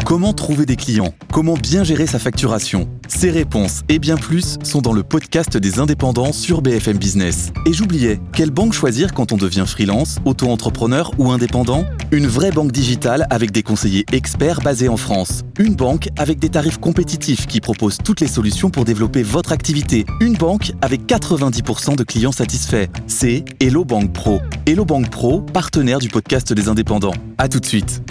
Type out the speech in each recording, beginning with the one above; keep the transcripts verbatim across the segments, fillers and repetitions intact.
Comment trouver des clients ? Comment bien gérer sa facturation ? Ces réponses et bien plus sont dans le podcast des indépendants sur B F M Business. Et j'oubliais, quelle banque choisir quand on devient freelance, auto-entrepreneur ou indépendant ? Une vraie banque digitale avec des conseillers experts basés en France. Une banque avec des tarifs compétitifs qui propose toutes les solutions pour développer votre activité. Une banque avec quatre-vingt-dix pour cent de clients satisfaits. C'est Hello Bank Pro. Hello Bank Pro, partenaire du podcast des indépendants. À tout de suite.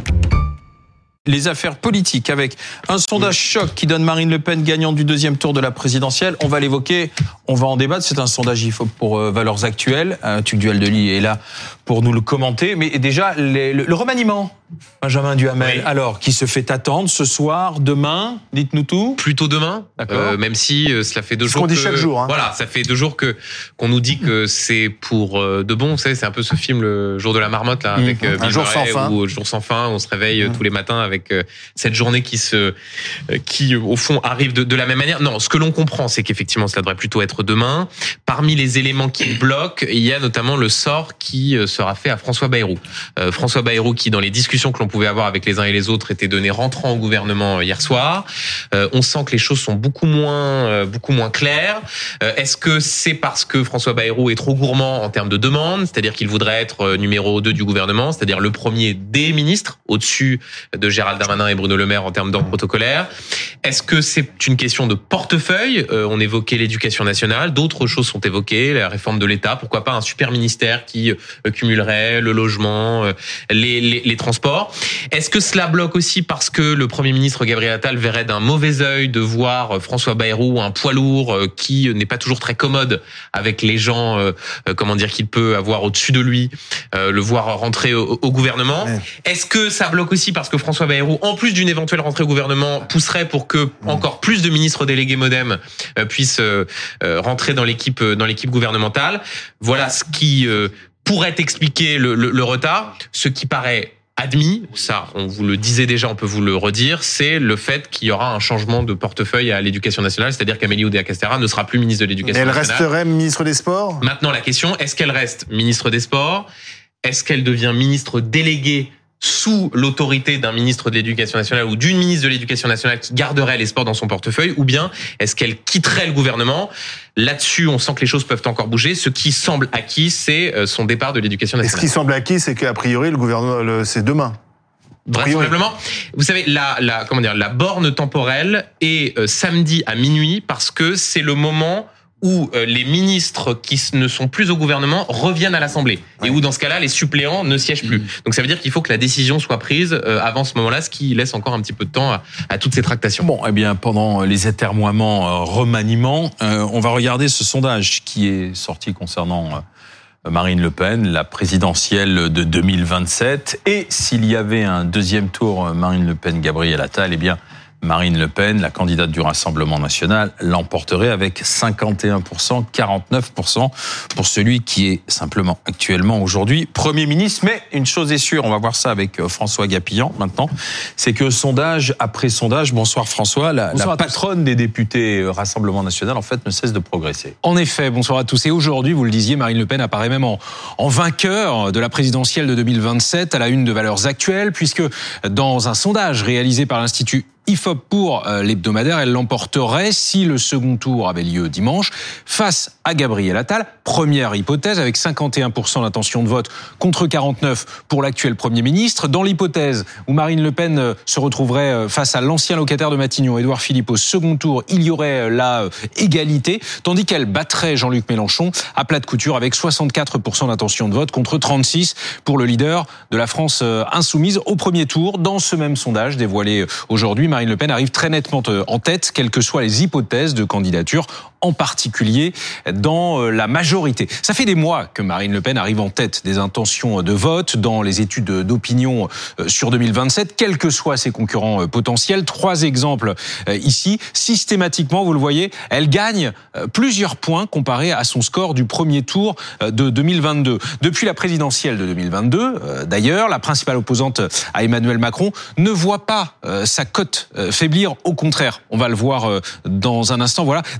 Les affaires politiques avec un sondage choc qui donne Marine Le Pen gagnante du deuxième tour de la présidentielle. On va l'évoquer, on va en débattre. C'est un sondage I F O P pour euh, Valeurs Actuelles. Euh, Tuc Duhaldelie est là pour nous le commenter. Mais déjà, les, le, le remaniement, Benjamin Duhamel, oui. Alors, qui se fait attendre ce soir, demain, dites-nous tout. Plutôt demain, euh, même si euh, cela fait deux Ce jours qu'on que... dit chaque jour. Hein. Voilà, ça fait deux jours que qu'on nous dit que c'est pour euh, de bon. Vous savez, c'est un peu ce film, Le Jour de la Marmotte, là, avec euh, un jour sans fin. Ou Jour sans fin, on se réveille mmh. tous les matins avec euh, cette journée qui se, euh, qui au fond arrive de, de la même manière. Non, ce que l'on comprend, c'est qu'effectivement, cela devrait plutôt être demain. Parmi les éléments qui bloquent, il y a notamment le sort qui euh, sera fait à François Bayrou. Euh, François Bayrou, qui dans les discussions que l'on pouvait avoir avec les uns et les autres était donné rentrant au gouvernement hier soir. Euh, on sent que les choses sont beaucoup moins, euh, beaucoup moins claires. Euh, est-ce que c'est parce que François Bayrou est trop gourmand en termes de demande, c'est-à-dire qu'il voudrait être numéro deux du gouvernement, c'est-à-dire le premier des ministres, au-dessus de Gérald Darmanin et Bruno Le Maire en termes d'ordre protocolaire? Est-ce que c'est une question de portefeuille? euh, On évoquait l'éducation nationale, d'autres choses sont évoquées, la réforme de l'État, pourquoi pas un super ministère qui euh, cumulerait le logement, euh, les, les, les transports. Est-ce que cela bloque aussi parce que le Premier ministre Gabriel Attal verrait d'un mauvais œil de voir François Bayrou, un poids lourd qui n'est pas toujours très commode avec les gens, euh, comment dire, qu'il peut avoir au-dessus de lui, euh, le voir rentrer au, au gouvernement. Ouais. Est-ce que ça bloque aussi parce que François Bayrou, en plus d'une éventuelle rentrée au gouvernement, pousserait pour que encore plus de ministres délégués MoDem euh, puissent euh, rentrer dans l'équipe dans l'équipe gouvernementale? Voilà ce qui euh, pourrait expliquer le, le, le retard. Ce qui paraît admis, ça on vous le disait déjà, on peut vous le redire, c'est le fait qu'il y aura un changement de portefeuille à l'éducation nationale, c'est-à-dire qu'Amélie Oudéa-Castéra ne sera plus ministre de l'éducation elle nationale. Elle resterait ministre des Sports ? Maintenant la question, est-ce qu'elle reste ministre des Sports ? Est-ce qu'elle devient ministre déléguée sous l'autorité d'un ministre de l'Éducation nationale ou d'une ministre de l'Éducation nationale qui garderait les sports dans son portefeuille, ou bien est-ce qu'elle quitterait le gouvernement ? Là-dessus, on sent que les choses peuvent encore bouger. Ce qui semble acquis, c'est son départ de l'Éducation nationale. Et ce qui semble acquis, c'est qu'a priori, le gouvernement, le, c'est demain. Vraisemblablement, vous savez, la, la, comment dire, la borne temporelle est euh, samedi à minuit parce que c'est le moment où euh, les ministres qui ne sont plus au gouvernement reviennent à l'Assemblée. Ouais. Et où, dans ce cas-là, les suppléants ne siègent plus. Mmh. Donc, ça veut dire qu'il faut que la décision soit prise euh, avant ce moment-là, ce qui laisse encore un petit peu de temps à, à toutes ces tractations. Bon, eh bien, pendant les atermoiements, euh, remaniements, euh, on va regarder ce sondage qui est sorti concernant euh, Marine Le Pen, la présidentielle de deux mille vingt-sept. Et s'il y avait un deuxième tour, Marine Le Pen, Gabriel Attal, eh bien, Marine Le Pen, la candidate du Rassemblement national, l'emporterait avec cinquante et un pour cent, quarante-neuf pour cent pour celui qui est simplement actuellement aujourd'hui Premier ministre. Mais une chose est sûre, on va voir ça avec François Gapillan maintenant, c'est que sondage après sondage, bonsoir François, la, bonsoir la patronne des députés Rassemblement national en fait ne cesse de progresser. En effet, bonsoir à tous. Et aujourd'hui, vous le disiez, Marine Le Pen apparaît même en, en vainqueur de la présidentielle de deux mille vingt-sept à la une de Valeurs Actuelles, puisque dans un sondage réalisé par l'Institut I F O P pour l'hebdomadaire, elle l'emporterait si le second tour avait lieu dimanche face à Gabriel Attal. Première hypothèse avec cinquante et un pour cent d'intention de vote contre quarante-neuf pour l'actuel Premier ministre. Dans l'hypothèse où Marine Le Pen se retrouverait face à l'ancien locataire de Matignon, Édouard Philippe, au second tour, il y aurait la égalité, tandis qu'elle battrait Jean-Luc Mélenchon à plat de couture avec soixante-quatre pour cent d'intention de vote contre trente-six pour le leader de la France insoumise au premier tour. Dans ce même sondage dévoilé aujourd'hui, Marine Le Pen arrive très nettement en tête, quelles que soient les hypothèses de candidature, en particulier dans la majorité. Ça fait des mois que Marine Le Pen arrive en tête des intentions de vote dans les études d'opinion sur deux mille vingt-sept, quels que soient ses concurrents potentiels. Trois exemples ici. Systématiquement, vous le voyez, elle gagne plusieurs points comparé à son score du premier tour de deux mille vingt-deux. Depuis la présidentielle de deux mille vingt-deux, d'ailleurs, la principale opposante à Emmanuel Macron ne voit pas sa cote faiblir. Au contraire, on va le voir dans un instant. Voilà, déjà dans un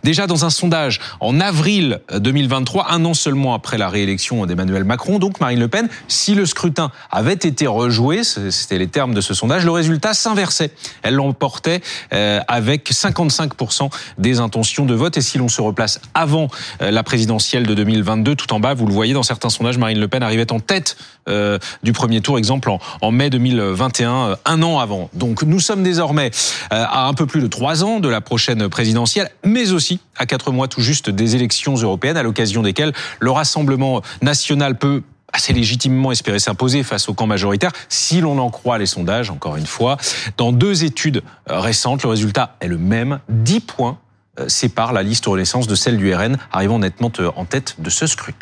un sondage en avril deux mille vingt-trois, un an seulement après la réélection d'Emmanuel Macron, donc Marine Le Pen, si le scrutin avait été rejoué, c'était les termes de ce sondage, le résultat s'inversait. Elle l'emportait euh, avec cinquante-cinq pour cent des intentions de vote. Et si l'on se replace avant euh, la présidentielle de deux mille vingt-deux, tout en bas, vous le voyez dans certains sondages, Marine Le Pen arrivait en tête euh, du premier tour, exemple en, en mai deux mille vingt et un, euh, un an avant. Donc nous sommes désormais euh, à un peu plus de trois ans de la prochaine présidentielle, mais aussi à quatre mois tout juste des élections européennes, à l'occasion desquelles le Rassemblement national peut assez légitimement espérer s'imposer face au camp majoritaire, si l'on en croit les sondages, encore une fois. Dans deux études récentes, le résultat est le même, dix points séparent la liste Renaissance de celle du R N, arrivant nettement en tête de ce scrutin.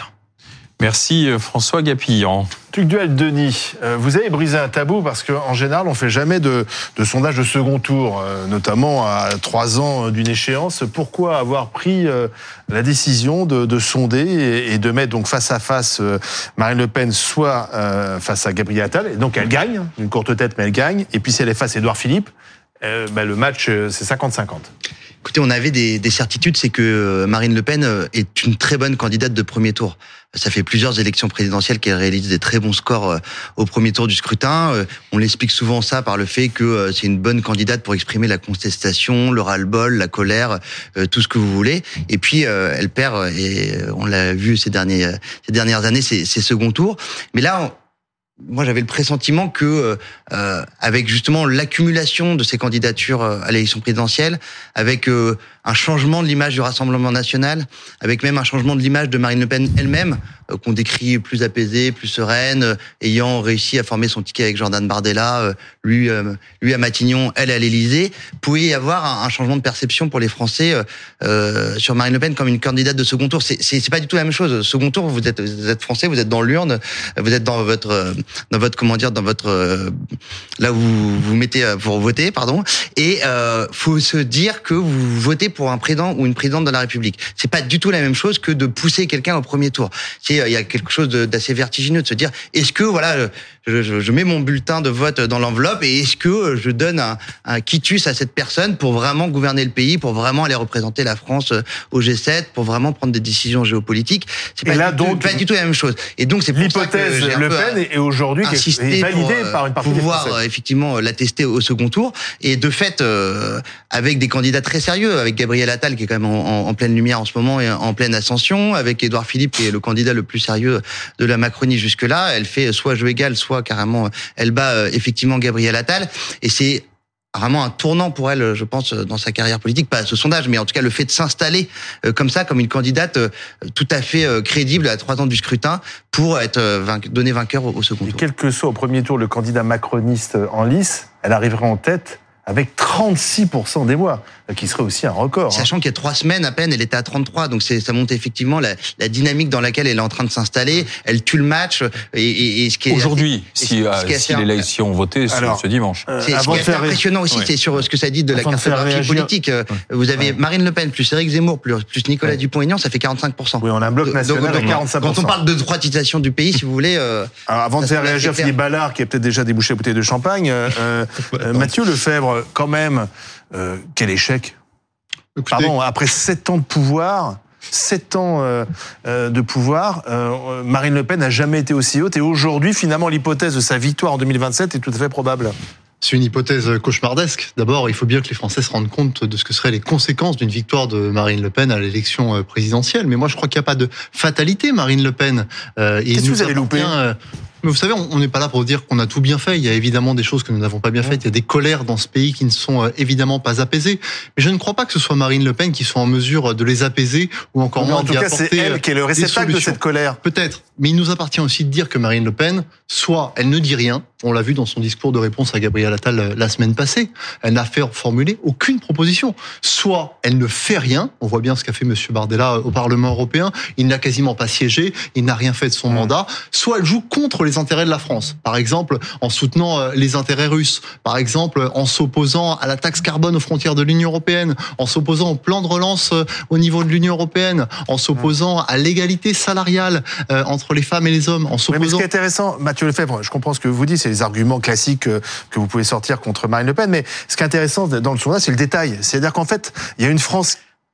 Merci François Gapillan. Truc duel, Denis. Vous avez brisé un tabou parce qu'en général, on fait jamais de, de sondage de second tour, notamment à trois ans d'une échéance. Pourquoi avoir pris la décision de, de sonder et de mettre donc face à face Marine Le Pen, soit face à Gabriel Attal, et donc elle gagne, une courte tête, mais elle gagne. Et puis si elle est face à Édouard Philippe, euh, bah, le match c'est cinquante cinquante. Écoutez, on avait des, des certitudes, c'est que Marine Le Pen est une très bonne candidate de premier tour. Ça fait plusieurs élections présidentielles qu'elle réalise des très bons scores au premier tour du scrutin. On l'explique souvent ça par le fait que c'est une bonne candidate pour exprimer la contestation, le ras-le-bol, la colère, tout ce que vous voulez. Et puis elle perd, et on l'a vu ces derniers, ces dernières années, ces, ces seconds tours. Mais là, on, moi, j'avais le pressentiment que, euh, avec justement l'accumulation de ces candidatures à l'élection présidentielle, avec euh, un changement de l'image du Rassemblement national, avec même un changement de l'image de Marine Le Pen elle-même, euh, qu'on décrit plus apaisée, plus sereine, euh, ayant réussi à former son ticket avec Jordan Bardella, euh, lui, euh, lui à Matignon, elle à l'Élysée, pouvait y avoir un, un changement de perception pour les Français euh, sur Marine Le Pen comme une candidate de second tour. C'est, c'est, c'est pas du tout la même chose. Second tour, vous êtes, vous êtes Français, vous êtes dans l'urne, vous êtes dans votre euh, dans votre comment dire dans votre euh, là où vous vous mettez pour voter pardon et euh, faut se dire que vous votez pour un président ou une présidente de la République. C'est pas du tout la même chose que de pousser quelqu'un au premier tour. C'est il y a quelque chose de, d'assez vertigineux de se dire est-ce que voilà je, je, je mets mon bulletin de vote dans l'enveloppe et est-ce que je donne un, un quitus à cette personne pour vraiment gouverner le pays, pour vraiment aller représenter la France au G sept, pour vraiment prendre des décisions géopolitiques. C'est pas, et là, du, donc, tout, pas du tout la même chose. Et donc c'est pour l'hypothèse ça que j'ai Le Pen est aujourd'hui insister est validée pour, par une partie pouvoir des Français. Effectivement l'attester au second tour et de fait euh, avec des candidats très sérieux, avec Gabriel Attal qui est quand même en, en, en pleine lumière en ce moment et en pleine ascension, avec Édouard Philippe qui est le candidat le plus sérieux de la Macronie jusque-là. Elle fait soit jeu égal, soit carrément elle bat euh, effectivement Gabriel Attal et c'est vraiment un tournant pour elle, je pense, dans sa carrière politique, pas ce sondage, mais en tout cas le fait de s'installer comme ça, comme une candidate tout à fait crédible à trois ans du scrutin pour être vainque, donnée vainqueur au second et tour. Quel que soit au premier tour le candidat macroniste en lice, elle arriverait en tête avec trente-six pour cent des voix, qui serait aussi un record. Sachant hein. qu'il y a trois semaines à peine, elle était à trente-trois, donc c'est, ça montre effectivement la, la dynamique dans laquelle elle est en train de s'installer. Elle tue le match. Et, et, et ce qui est aujourd'hui, assez, si, ce qui est si assez, les laïcs ont voté alors, ce dimanche. Euh, c'est, ce qui est assez impressionnant aussi, ouais. c'est sur ce que ça dit de avant la cartographie politique. Ouais. Vous avez ouais. Marine Le Pen plus Éric Zemmour plus, plus Nicolas ouais. Dupont-Aignan, ça fait quarante-cinq pour cent. Oui, on a un bloc national donc, de quarante-cinq pour cent. Quand on parle de droitisation du pays, si vous voulez. Euh, alors, avant de faire réagir Philippe Ballard, qui a peut-être déjà débouché la bouteille de champagne, euh, euh, Mathieu Lefebvre, quand même, euh, quel échec. Écoutez, pardon, après sept ans de pouvoir, sept ans euh, euh, de pouvoir, euh, Marine Le Pen n'a jamais été aussi haute et aujourd'hui, finalement, l'hypothèse de sa victoire en deux mille vingt-sept est tout à fait probable. C'est une hypothèse cauchemardesque. D'abord, il faut bien que les Français se rendent compte de ce que seraient les conséquences d'une victoire de Marine Le Pen à l'élection présidentielle. Mais moi, je crois qu'il n'y a pas de fatalité, Marine Le Pen. Euh, Qu'est-ce que vous avez loupé ? euh, Mais vous savez, on n'est pas là pour dire qu'on a tout bien fait. Il y a évidemment des choses que nous n'avons pas bien faites. Il y a des colères dans ce pays qui ne sont évidemment pas apaisées. Mais je ne crois pas que ce soit Marine Le Pen qui soit en mesure de les apaiser ou encore mais moins en tout d'y cas, apporter c'est elle qui est le réceptacle de cette colère. Peut-être. Mais il nous appartient aussi de dire que Marine Le Pen, soit elle ne dit rien. On l'a vu dans son discours de réponse à Gabriel Attal la semaine passée. Elle n'a fait formuler aucune proposition. Soit elle ne fait rien. On voit bien ce qu'a fait Monsieur Bardella au Parlement européen. Il n'a quasiment pas siégé. Il n'a rien fait de son mmh. mandat. Soit elle joue contre les intérêts de la France. Par exemple, en soutenant les intérêts russes. Par exemple, en s'opposant à la taxe carbone aux frontières de l'Union européenne. En s'opposant au plan de relance au niveau de l'Union européenne. En s'opposant à l'égalité salariale entre les femmes et les hommes. En s'opposant... Mais ce qui est intéressant, Mathieu Lefebvre, je comprends ce que vous dites, c'est les arguments classiques que, que vous pouvez sortir contre Marine Le Pen, mais ce qui est intéressant dans le sondage, c'est le détail. C'est-à-dire qu'en fait, il y a une France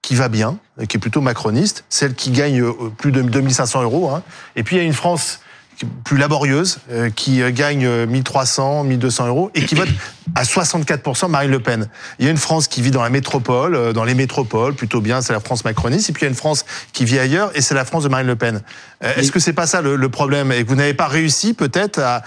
qui va bien, qui est plutôt macroniste, celle qui gagne plus de deux mille cinq cents euros. Hein. Et puis il y a une France plus laborieuse, euh, qui gagne mille trois cents, mille deux cents euros et qui vote à soixante-quatre pour cent Marine Le Pen. Il y a une France qui vit dans la métropole, euh, dans les métropoles, plutôt bien, c'est la France macroniste, et puis il y a une France qui vit ailleurs, et c'est la France de Marine Le Pen. Euh, est-ce que c'est pas ça le, le problème, et que vous n'avez pas réussi peut-être à,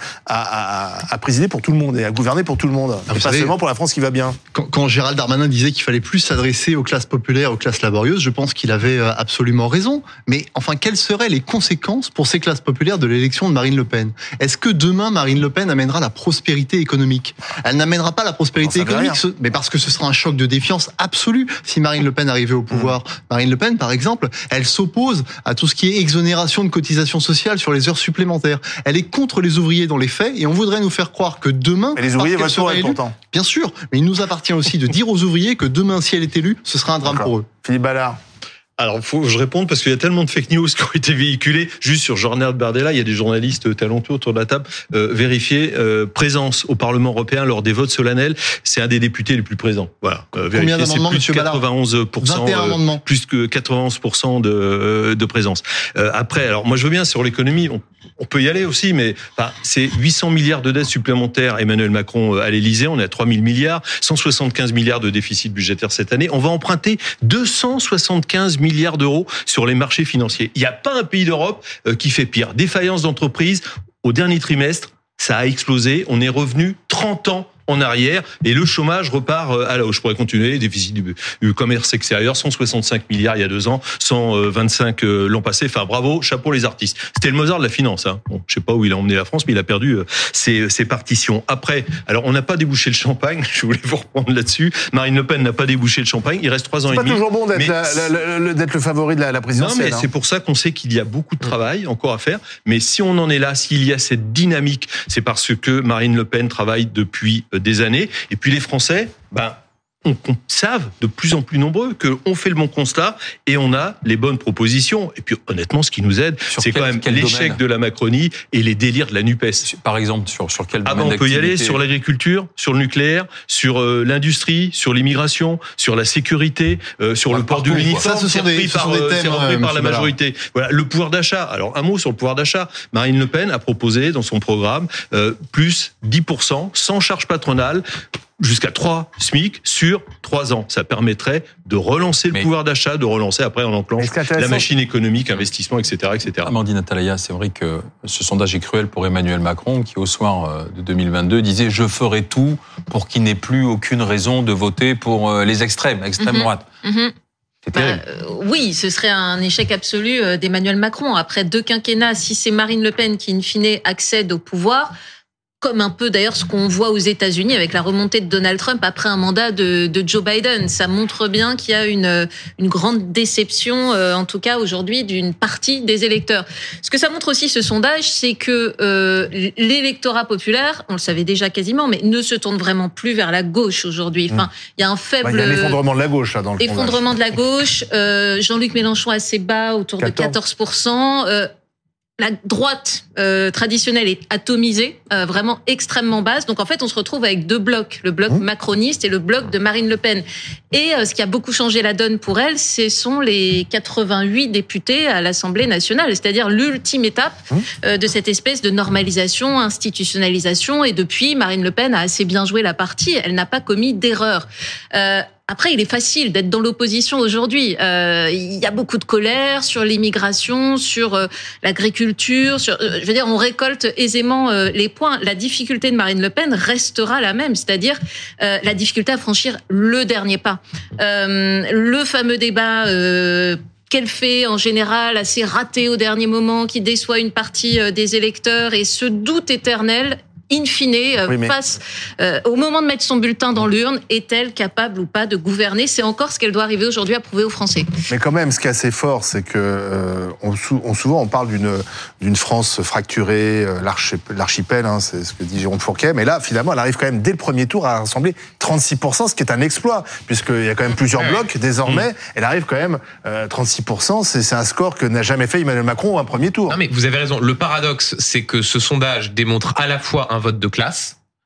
à, à, à présider pour tout le monde et à gouverner pour tout le monde, ah, et pas savez, seulement pour la France qui va bien? Quand, quand Gérald Darmanin disait qu'il fallait plus s'adresser aux classes populaires, aux classes laborieuses, je pense qu'il avait absolument raison. Mais enfin, quelles seraient les conséquences pour ces classes populaires de l'élection de Marine Le Pen? Est-ce que demain, Marine Le Pen amènera la prospérité économique? Elle n'amènera pas la prospérité économique, ce, mais parce que ce sera un choc de défiance absolu si Marine Le Pen arrivait au pouvoir. Mmh. Marine Le Pen, par exemple, elle s'oppose à tout ce qui est exonération de cotisations sociales sur les heures supplémentaires. Elle est contre les ouvriers dans les faits, et on voudrait nous faire croire que demain... Mais les ouvriers votent pour elle, pourtant. Bien sûr, mais il nous appartient aussi de dire aux ouvriers que demain, si elle est élue, ce sera un drame D'accord. pour eux. Philippe Ballard. Alors, faut que je réponde parce qu'il y a tellement de fake news qui ont été véhiculés. Juste sur Jornal Bardella, il y a des journalistes talentueux autour de la table. Euh, vérifiez, euh, présence au Parlement européen lors des votes solennels, c'est un des députés les plus présents. Voilà. Euh, Combien vérifiez, c'est plus de quatre-vingt-onze pour cent, vingt et un amendements. Euh, plus que quatre-vingt-onze pour cent de, euh, de présence. Euh, après, alors moi je veux bien sur l'économie, on, on peut y aller aussi, mais enfin, c'est huit cents milliards de dettes supplémentaires. Emmanuel Macron à l'Élysée, on est à trois mille milliards, cent soixante-quinze milliards de déficit budgétaire cette année. On va emprunter deux cent soixante-quinze milliards d'euros sur les marchés financiers. Il n'y a pas un pays d'Europe qui fait pire. Défaillance d'entreprise, au dernier trimestre, ça a explosé. On est revenu trente ans en arrière et le chômage repart à la hausse. Je pourrais continuer, déficit du, du commerce extérieur, cent soixante-cinq milliards il y a deux ans, cent vingt-cinq l'an passé. Enfin, bravo, chapeau les artistes. C'était le Mozart de la finance. Hein. Bon, je sais pas où il a emmené la France, mais il a perdu ses, ses partitions. Après, alors on n'a pas débouché le champagne. Je voulais vous reprendre là-dessus. Marine Le Pen n'a pas débouché le champagne. Il reste trois ans et demi. C'est pas toujours bon d'être, la, la, la, d'être le favori de la, la présidentielle. Non, mais hein. c'est pour ça qu'on sait qu'il y a beaucoup de travail encore à faire. Mais si on en est là, s'il y a cette dynamique, c'est parce que Marine Le Pen travaille depuis des années. Et puis les Français, ben, on, on savent de plus en plus nombreux qu'on fait le bon constat et on a les bonnes propositions. Et puis honnêtement, ce qui nous aide, sur c'est quel, quand même l'échec domaine de la Macronie et les délires de la NUPES. Par exemple, sur, sur quel domaine ah ben, on peut y aller sur l'agriculture, sur le nucléaire, sur euh, l'industrie, sur l'immigration, sur la sécurité, euh, sur ah, le port de l'uniforme. Ça, ce sont des, repris ce par, sont des thèmes, c'est repris euh, par la majorité. Voilà, le pouvoir d'achat. Alors un mot sur le pouvoir d'achat. Marine Le Pen a proposé dans son programme euh, plus dix pour cent sans charge patronale, jusqu'à trois SMIC sur trois ans. Ça permettrait de relancer le Mais pouvoir d'achat, de relancer après on enclenche la machine économique, investissement, et cetera, et cetera. Amandine Atalaya, c'est vrai que ce sondage est cruel pour Emmanuel Macron, qui au soir de deux mille vingt-deux disait « Je ferai tout pour qu'il n'ait plus aucune raison de voter pour les extrêmes, extrême mmh. droite mmh. ». Bah, euh, oui, ce serait un échec absolu d'Emmanuel Macron. Après deux quinquennats, si c'est Marine Le Pen qui, in fine, accède au pouvoir, comme un peu d'ailleurs ce qu'on voit aux États-Unis avec la remontée de Donald Trump après un mandat de, de Joe Biden. Ça montre bien qu'il y a une, une grande déception, euh, en tout cas aujourd'hui, d'une partie des électeurs. Ce que ça montre aussi, ce sondage, c'est que euh, l'électorat populaire, on le savait déjà quasiment, mais ne se tourne vraiment plus vers la gauche aujourd'hui. Enfin, il y a un faible... Il y a l'effondrement de la gauche, là, dans le Effondrement de la gauche. Euh, Jean-Luc Mélenchon assez bas, autour de quatorze pour cent. Euh, La droite euh, traditionnelle est atomisée, euh, vraiment extrêmement basse. Donc en fait, on se retrouve avec deux blocs, le bloc mmh. macroniste et le bloc de Marine Le Pen. Et euh, ce qui a beaucoup changé la donne pour elle, ce sont les quatre-vingt-huit députés à l'Assemblée nationale, c'est-à-dire l'ultime étape mmh. euh, de cette espèce de normalisation, institutionnalisation. Et depuis, Marine Le Pen a assez bien joué la partie. Elle n'a pas commis d'erreur. Euh, Après, il est facile d'être dans l'opposition aujourd'hui. Euh, il y a beaucoup de colère sur l'immigration, sur euh, l'agriculture. Sur, euh, je veux dire, on récolte aisément euh, les points. La difficulté de Marine Le Pen restera la même, c'est-à-dire euh, la difficulté à franchir le dernier pas. Euh, le fameux débat... Euh, qu'elle fait en général assez raté au dernier moment, qui déçoit une partie des électeurs, et ce doute éternel, in fine, oui, mais... face euh, au moment de mettre son bulletin dans l'urne, est-elle capable ou pas de gouverner? C'est encore ce qu'elle doit arriver aujourd'hui à prouver aux Français. Mais quand même, ce qui est assez fort, c'est que euh, on, on, souvent on parle d'une d'une France fracturée, euh, l'archipel, hein, c'est ce que dit Jérôme Fourquet, mais là, finalement, elle arrive quand même dès le premier tour à rassembler trente-six pour cent, ce qui est un exploit, puisqu'il y a quand même plusieurs blocs, désormais, elle arrive quand même euh, trente-six pour cent, c'est, c'est un score que n'a jamais fait Emmanuel Macron au premier tour. Non mais vous avez raison, le paradoxe, c'est que ce sondage démontre à la fois un vote de classe,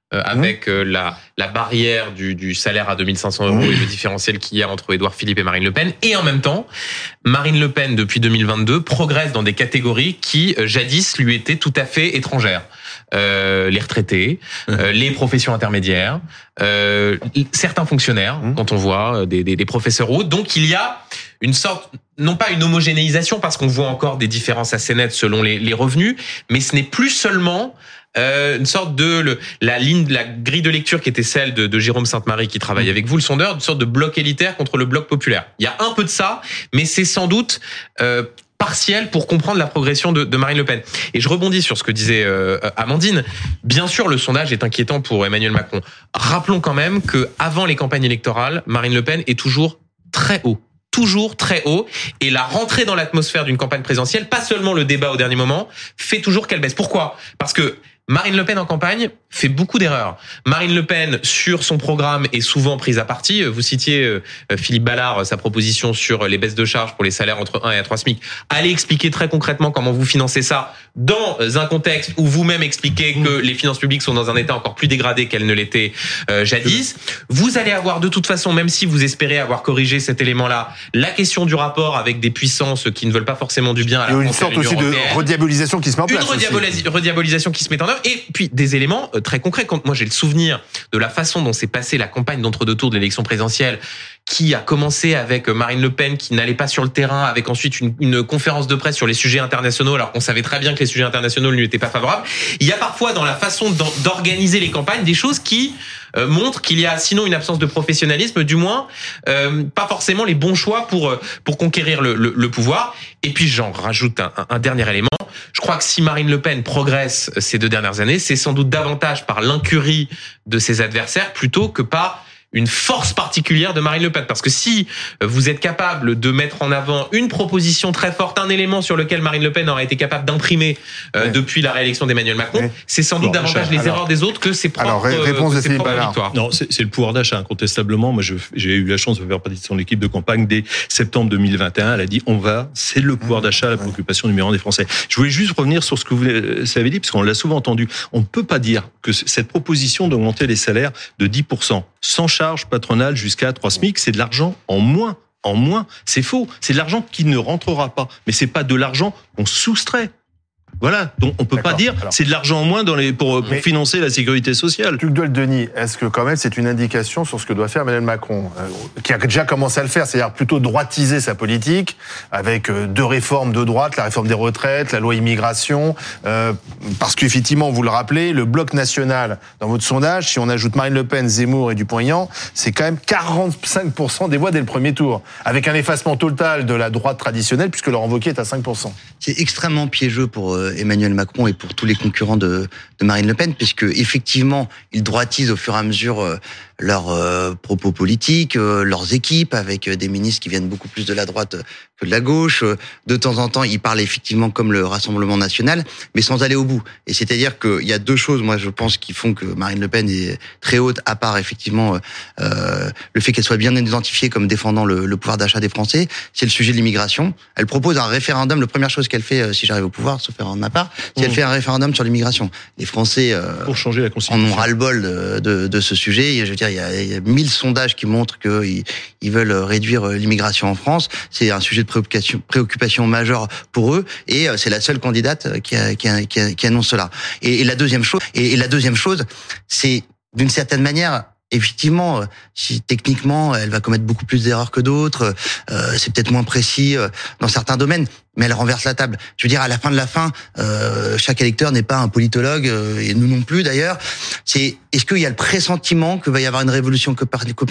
euh, avec euh, la, la barrière du, du salaire à deux mille cinq cents euros mmh. et le différentiel qu'il y a entre Édouard Philippe et Marine Le Pen. Et en même temps, Marine Le Pen, depuis deux mille vingt-deux, progresse dans des catégories qui, euh, jadis, lui étaient tout à fait étrangères. Euh, les retraités, euh, les professions intermédiaires, euh, certains fonctionnaires, mmh. quand on voit des, des, des professeurs ou autres. Donc il y a une sorte, non pas une homogénéisation, parce qu'on voit encore des différences assez nettes selon les, les revenus, mais ce n'est plus seulement euh, une sorte de le, la ligne, la grille de lecture qui était celle de, de Jérôme Sainte-Marie qui travaille mmh. avec vous, le sondeur, une sorte de bloc élitaire contre le bloc populaire. Il y a un peu de ça, mais c'est sans doute euh, partiel pour comprendre la progression de, de Marine Le Pen. Et je rebondis sur ce que disait euh, Amandine. Bien sûr, le sondage est inquiétant pour Emmanuel Macron. Rappelons quand même que avant les campagnes électorales, Marine Le Pen est toujours très haut. Toujours très haut. Et la rentrée dans l'atmosphère d'une campagne présidentielle, pas seulement le débat au dernier moment, fait toujours qu'elle baisse. Pourquoi ? Parce que Marine Le Pen en campagne fait beaucoup d'erreurs. Marine Le Pen, sur son programme, est souvent prise à partie. Vous citiez euh, Philippe Ballard, sa proposition sur les baisses de charges pour les salaires entre un et trois SMIC. Allez expliquer très concrètement comment vous financez ça dans un contexte où vous-même expliquez que les finances publiques sont dans un état encore plus dégradé qu'elles ne l'étaient euh, jadis. Vous allez avoir de toute façon, même si vous espérez avoir corrigé cet élément-là, la question du rapport avec des puissances qui ne veulent pas forcément du bien à la France. Il y a une sorte aussi de rediabolisation qui se met en place. Une rediabolisi- rediabolisation qui se met en œuvre. Et puis des éléments très concrets. Quand moi j'ai le souvenir de la façon dont s'est passée la campagne d'entre-deux tours de l'élection présidentielle, qui a commencé avec Marine Le Pen qui n'allait pas sur le terrain, avec ensuite une, une conférence de presse sur les sujets internationaux, alors qu'on savait très bien que les sujets internationaux ne lui étaient pas favorables. Il y a parfois dans la façon d'organiser les campagnes des choses qui euh, montrent qu'il y a sinon une absence de professionnalisme, du moins euh, pas forcément les bons choix pour pour conquérir le, le, le pouvoir. Et puis j'en rajoute un, un dernier élément. Je crois que si Marine Le Pen progresse ces deux dernières années, c'est sans doute davantage par l'incurie de ses adversaires plutôt que par une force particulière de Marine Le Pen. Parce que si vous êtes capable de mettre en avant une proposition très forte, un élément sur lequel Marine Le Pen aurait été capable d'imprimer euh, oui. depuis la réélection d'Emmanuel Macron, oui. c'est sans doute bon, davantage achat. les alors, erreurs des autres que ses propres, alors, réponse euh, de ses propres victoires. Non, c'est, c'est le pouvoir d'achat, incontestablement. Moi, je, j'ai eu la chance de faire partie de son équipe de campagne dès septembre deux mille vingt et un. Elle a dit, on va, c'est le pouvoir d'achat, la préoccupation numéro un des Français. Je voulais juste revenir sur ce que vous avez dit, parce qu'on l'a souvent entendu. On ne peut pas dire que cette proposition d'augmenter les salaires de dix pour cent sans charge patronale jusqu'à trois SMIC, c'est de l'argent en moins. En moins, c'est faux. C'est de l'argent qui ne rentrera pas. Mais c'est pas de l'argent qu'on soustrait. Voilà, donc on peut D'accord. pas dire Alors, c'est de l'argent en moins dans les, pour, pour financer la sécurité sociale. Luc Denis, est-ce que quand même c'est une indication sur ce que doit faire Emmanuel Macron, euh, qui a déjà commencé à le faire, c'est-à-dire plutôt droitiser sa politique avec euh, deux réformes de droite, la réforme des retraites, la loi immigration, euh, parce qu'effectivement, vous le rappelez, le bloc national, dans votre sondage, si on ajoute Marine Le Pen, Zemmour et Dupont-Aignan, c'est quand même quarante-cinq pour cent des voix dès le premier tour, avec un effacement total de la droite traditionnelle, puisque leur envoqué est à cinq pour cent. C'est extrêmement piégeux pour euh, Emmanuel Macron et pour tous les concurrents de, de Marine Le Pen, puisque effectivement, ils droitisent au fur et à mesure euh, leurs euh, propos politiques, euh, leurs équipes, avec euh, des ministres qui viennent beaucoup plus de la droite que de la gauche. De temps en temps, ils parlent effectivement comme le Rassemblement national, mais sans aller au bout. Et c'est-à-dire qu'il y a deux choses, moi, je pense, qui font que Marine Le Pen est très haute, à part effectivement euh, le fait qu'elle soit bien identifiée comme défendant le, le pouvoir d'achat des Français, c'est le sujet de l'immigration. Elle propose un référendum. La première chose qu'elle fait, si j'arrive au pouvoir, sauf faire en ma part, si mmh. elle fait un référendum sur l'immigration. Les Français euh, pour changer la Constitution en ont ras-le-bol de, de, de ce sujet. Et je veux dire, il y a, il y a mille sondages qui montrent qu'ils ils veulent réduire l'immigration en France. C'est un sujet de préoccupation, préoccupation majeure pour eux. Et c'est la seule candidate qui, a, qui, a, qui, a, qui annonce cela. Et, et la deuxième chose, et, et la deuxième chose, c'est d'une certaine manière. Effectivement, si techniquement, elle va commettre beaucoup plus d'erreurs que d'autres, euh, c'est peut-être moins précis euh, dans certains domaines, mais elle renverse la table. Je veux dire, à la fin de la fin, euh, chaque électeur n'est pas un politologue, euh, et nous non plus d'ailleurs. C'est est-ce qu'il y a le pressentiment qu'il va y avoir une révolution copernicienne ?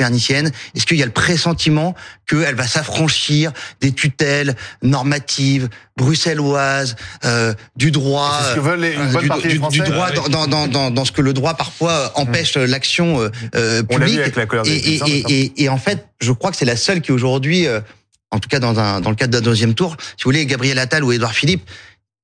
Est-ce qu'il y a le pressentiment qu'elle va s'affranchir des tutelles normatives bruxelloises, euh, du droit, c'est ce que veulent les, une bonne du, partie du, des Français. du droit ah, oui. dans, dans, dans, dans ce que le droit parfois empêche mmh. l'action euh, On publique. l'a vu avec la colère des et, et, et, et, et en fait, je crois que c'est la seule qui aujourd'hui, euh, en tout cas dans, un, dans le cadre d'un deuxième tour, si vous voulez, Gabriel Attal ou Édouard Philippe,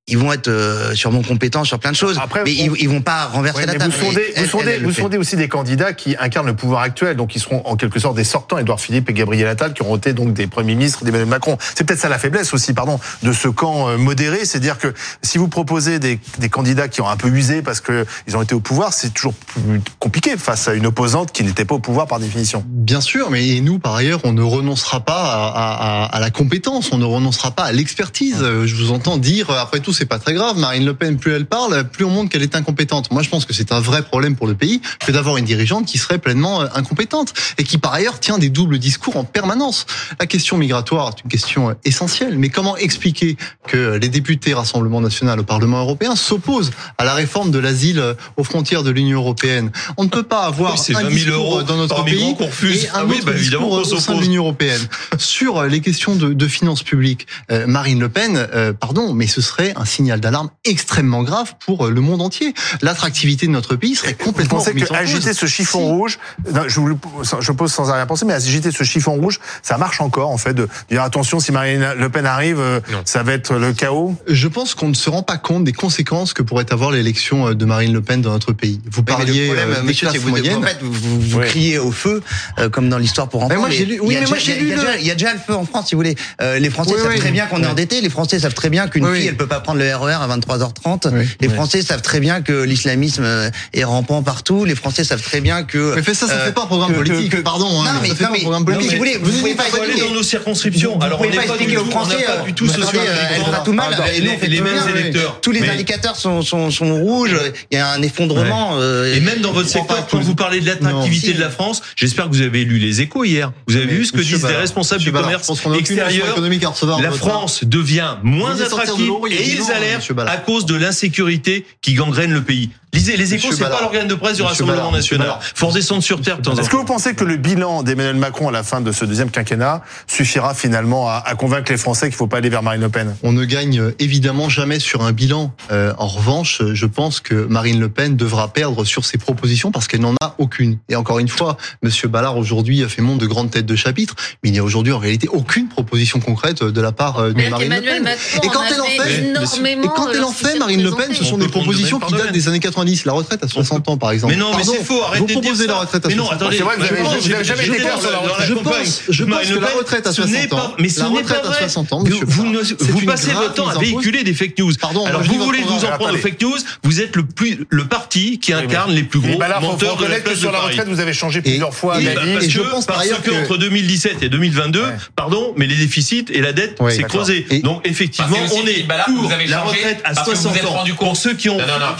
ils vont être euh, sûrement compétents sur plein de choses, Après, mais on... ils, ils vont pas renverser ouais, la mais table. Vous sondez, elle, vous sondez, elle, elle vous le fait. sondez aussi des candidats qui incarnent le pouvoir actuel, donc ils seront en quelque sorte des sortants, Édouard Philippe et Gabriel Attal, qui auront été donc des premiers ministres d'Emmanuel Macron. C'est peut-être ça la faiblesse aussi, pardon, de ce camp modéré, c'est-à-dire que si vous proposez des, des candidats qui ont un peu usé parce que ils ont été au pouvoir, c'est toujours plus compliqué face à une opposante qui n'était pas au pouvoir par définition. Bien sûr, mais nous, par ailleurs, on ne renoncera pas à, à, à la compétence, on ne renoncera pas à l'expertise. Je vous entends dire, après tout, c'est pas très grave. Marine Le Pen, plus elle parle, plus on montre qu'elle est incompétente. Moi, je pense que c'est un vrai problème pour le pays que d'avoir une dirigeante qui serait pleinement incompétente et qui, par ailleurs, tient des doubles discours en permanence. La question migratoire est une question essentielle, mais comment expliquer que les députés Rassemblement National au Parlement européen s'opposent à la réforme de l'asile aux frontières de l'Union européenne? On ne peut pas avoir oui, un discours dans notre pays et un ah oui, autre bah, discours au sein de l'Union européenne. Sur les questions de, de finances publiques, euh, Marine Le Pen, euh, pardon, mais ce serait un signal d'alarme extrêmement grave pour le monde entier. L'attractivité de notre pays serait complètement remise en cause. Vous pensez qu'agiter ce chiffon si. rouge, non, je, vous, je pose sans arrière penser, mais agiter ce chiffon rouge, ça marche encore en fait de dire attention, si Marine Le Pen arrive, non. ça va être le chaos? Je pense qu'on ne se rend pas compte des conséquences que pourrait avoir l'élection de Marine Le Pen dans notre pays. Vous oui, parliez problème, euh, des monsieur, classes vous, moyennes. En fait, vous, vous ouais. criez au feu euh, comme dans l'histoire pour enfants. Mais moi, j'ai lu, oui, mais moi, j'ai lu. Il y a déjà le feu en France, si vous voulez. Euh, les Français oui, savent oui, très oui. bien qu'on est endetté. Les Français savent très bien qu'une oui, fille, oui. elle peut pas prendre le R E R à vingt-trois heures trente. Oui, les Français oui. savent très bien que l'islamisme est rampant partout. Les Français savent très bien que. Mais fait ça, ça euh, fait pas un programme que, politique. Que, pardon, non, hein, mais, ça fait non, pas mais, un programme politique. Si vous voulez, vous, vous pouvez pas aller dans nos circonscriptions. Alors, on n'est pas expliquer aux Français. On n'a pas du tout ce on a tout mal. Les mêmes électeurs. Tous les indicateurs sont sont rouges. Il y a un effondrement. Et même dans votre secteur, quand vous parlez de l'attractivité de la France, j'espère que vous avez lu les Échos hier. Vous avez vu ce que disent les responsables du commerce extérieur. La France devient moins attractive et ils alertent à cause de l'insécurité qui gangrène le pays. Lisez, les Échos, c'est pas l'organe de presse du Rassemblement National. Faut redescendre sur terre de temps en temps. Est-ce que vous pensez que le bilan d'Emmanuel Macron à la fin de ce deuxième quinquennat suffira finalement à, à convaincre les Français qu'il faut pas aller vers Marine Le Pen? On ne gagne évidemment jamais sur un bilan. Euh, en revanche, je pense que Marine Le Pen devra perdre sur ses propositions parce qu'elle n'en a aucune. Et encore une fois, Monsieur Ballard aujourd'hui a fait montre de grandes têtes de chapitre, mais il n'y a aujourd'hui en réalité aucune proposition concrète de la part de mais Marine Le Pen. Macron et quand elle en fait, énormément et quand elle en fait, Marine Le Pen, ce sont des propositions qui datent des années quatre-vingt-dix. La retraite à soixante ans, par exemple. Mais non, mais c'est faux. Arrêtez vous proposez de dire la retraite à soixante ans. Mais non, attendez. C'est vrai que vous n'avez jamais été clair sur la retraite. Je pense, je pense que la retraite à soixante ans, mais ce n'est pas vrai. Vous, vous passez votre temps à véhiculer des fake news. Pardon. Alors vous voulez vous en prendre aux fake news. Vous êtes le plus, le parti qui incarne les plus gros menteurs de la place sur la retraite. Vous avez changé plusieurs fois d'avis. Et je pense par ailleurs qu'entre deux mille dix-sept et deux mille vingt-deux, pardon, mais les déficits et la dette s'est creusé. Donc effectivement, on est pour la retraite à soixante ans pour ceux qui ont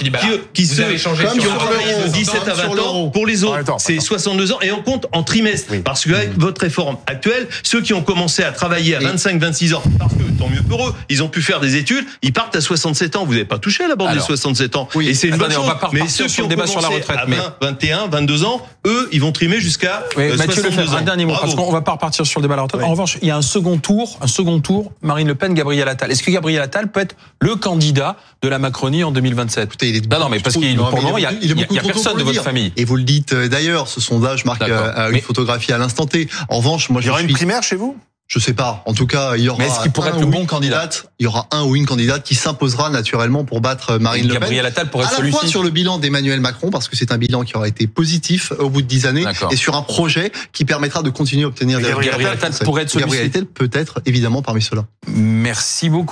qui se qui ont travaillé de dix-sept à vingt ans. Pour les autres, c'est soixante-deux ans et on compte en trimestre. Parce qu'avec votre réforme actuelle, ceux qui ont commencé à travailler à vingt-cinq, vingt-six ans, parce que tant mieux pour eux, ils ont pu faire des études, ils partent à soixante-sept ans. Vous n'avez pas touché à la bande des soixante-sept ans. Oui, et c'est une bonne chose. Mais ceux qui ont débat sur la retraite, à vingt, vingt et un, vingt-deux ans, eux, ils vont trimer jusqu'à oui, soixante-deux ans. Un dernier mot, Bravo. Parce qu'on va pas repartir sur le débat à la retraite. Oui. En revanche, il y a un second tour, un second tour, Marine Le Pen, Gabriel Attal. Est-ce que Gabriel Attal peut être le candidat de la Macronie en deux mille vingt-sept? Écoutez, il est non, non, mais parce qu'il, pour le moment, il y a, il y a, il y a personne de votre famille. Et vous le dites d'ailleurs, ce sondage marque euh, une mais... photographie à l'instant T. En revanche, moi, il y aura je une suis... primaire chez vous? Je sais pas. En tout cas, il y aura. Mais est-ce qu'il pourrait être le bon candidat? Il y aura un ou une candidate qui s'imposera naturellement pour battre Marine Le Pen. Gabriel Attal pourrait être celui-ci. À la fois sur le bilan d'Emmanuel Macron, parce que c'est un bilan qui aura été positif au bout de dix années, et sur un projet qui permettra de continuer à obtenir des résultats. Gabriel Attal pourrait être celui-ci. Gabriel Attal peut être évidemment parmi ceux-là. Merci beaucoup.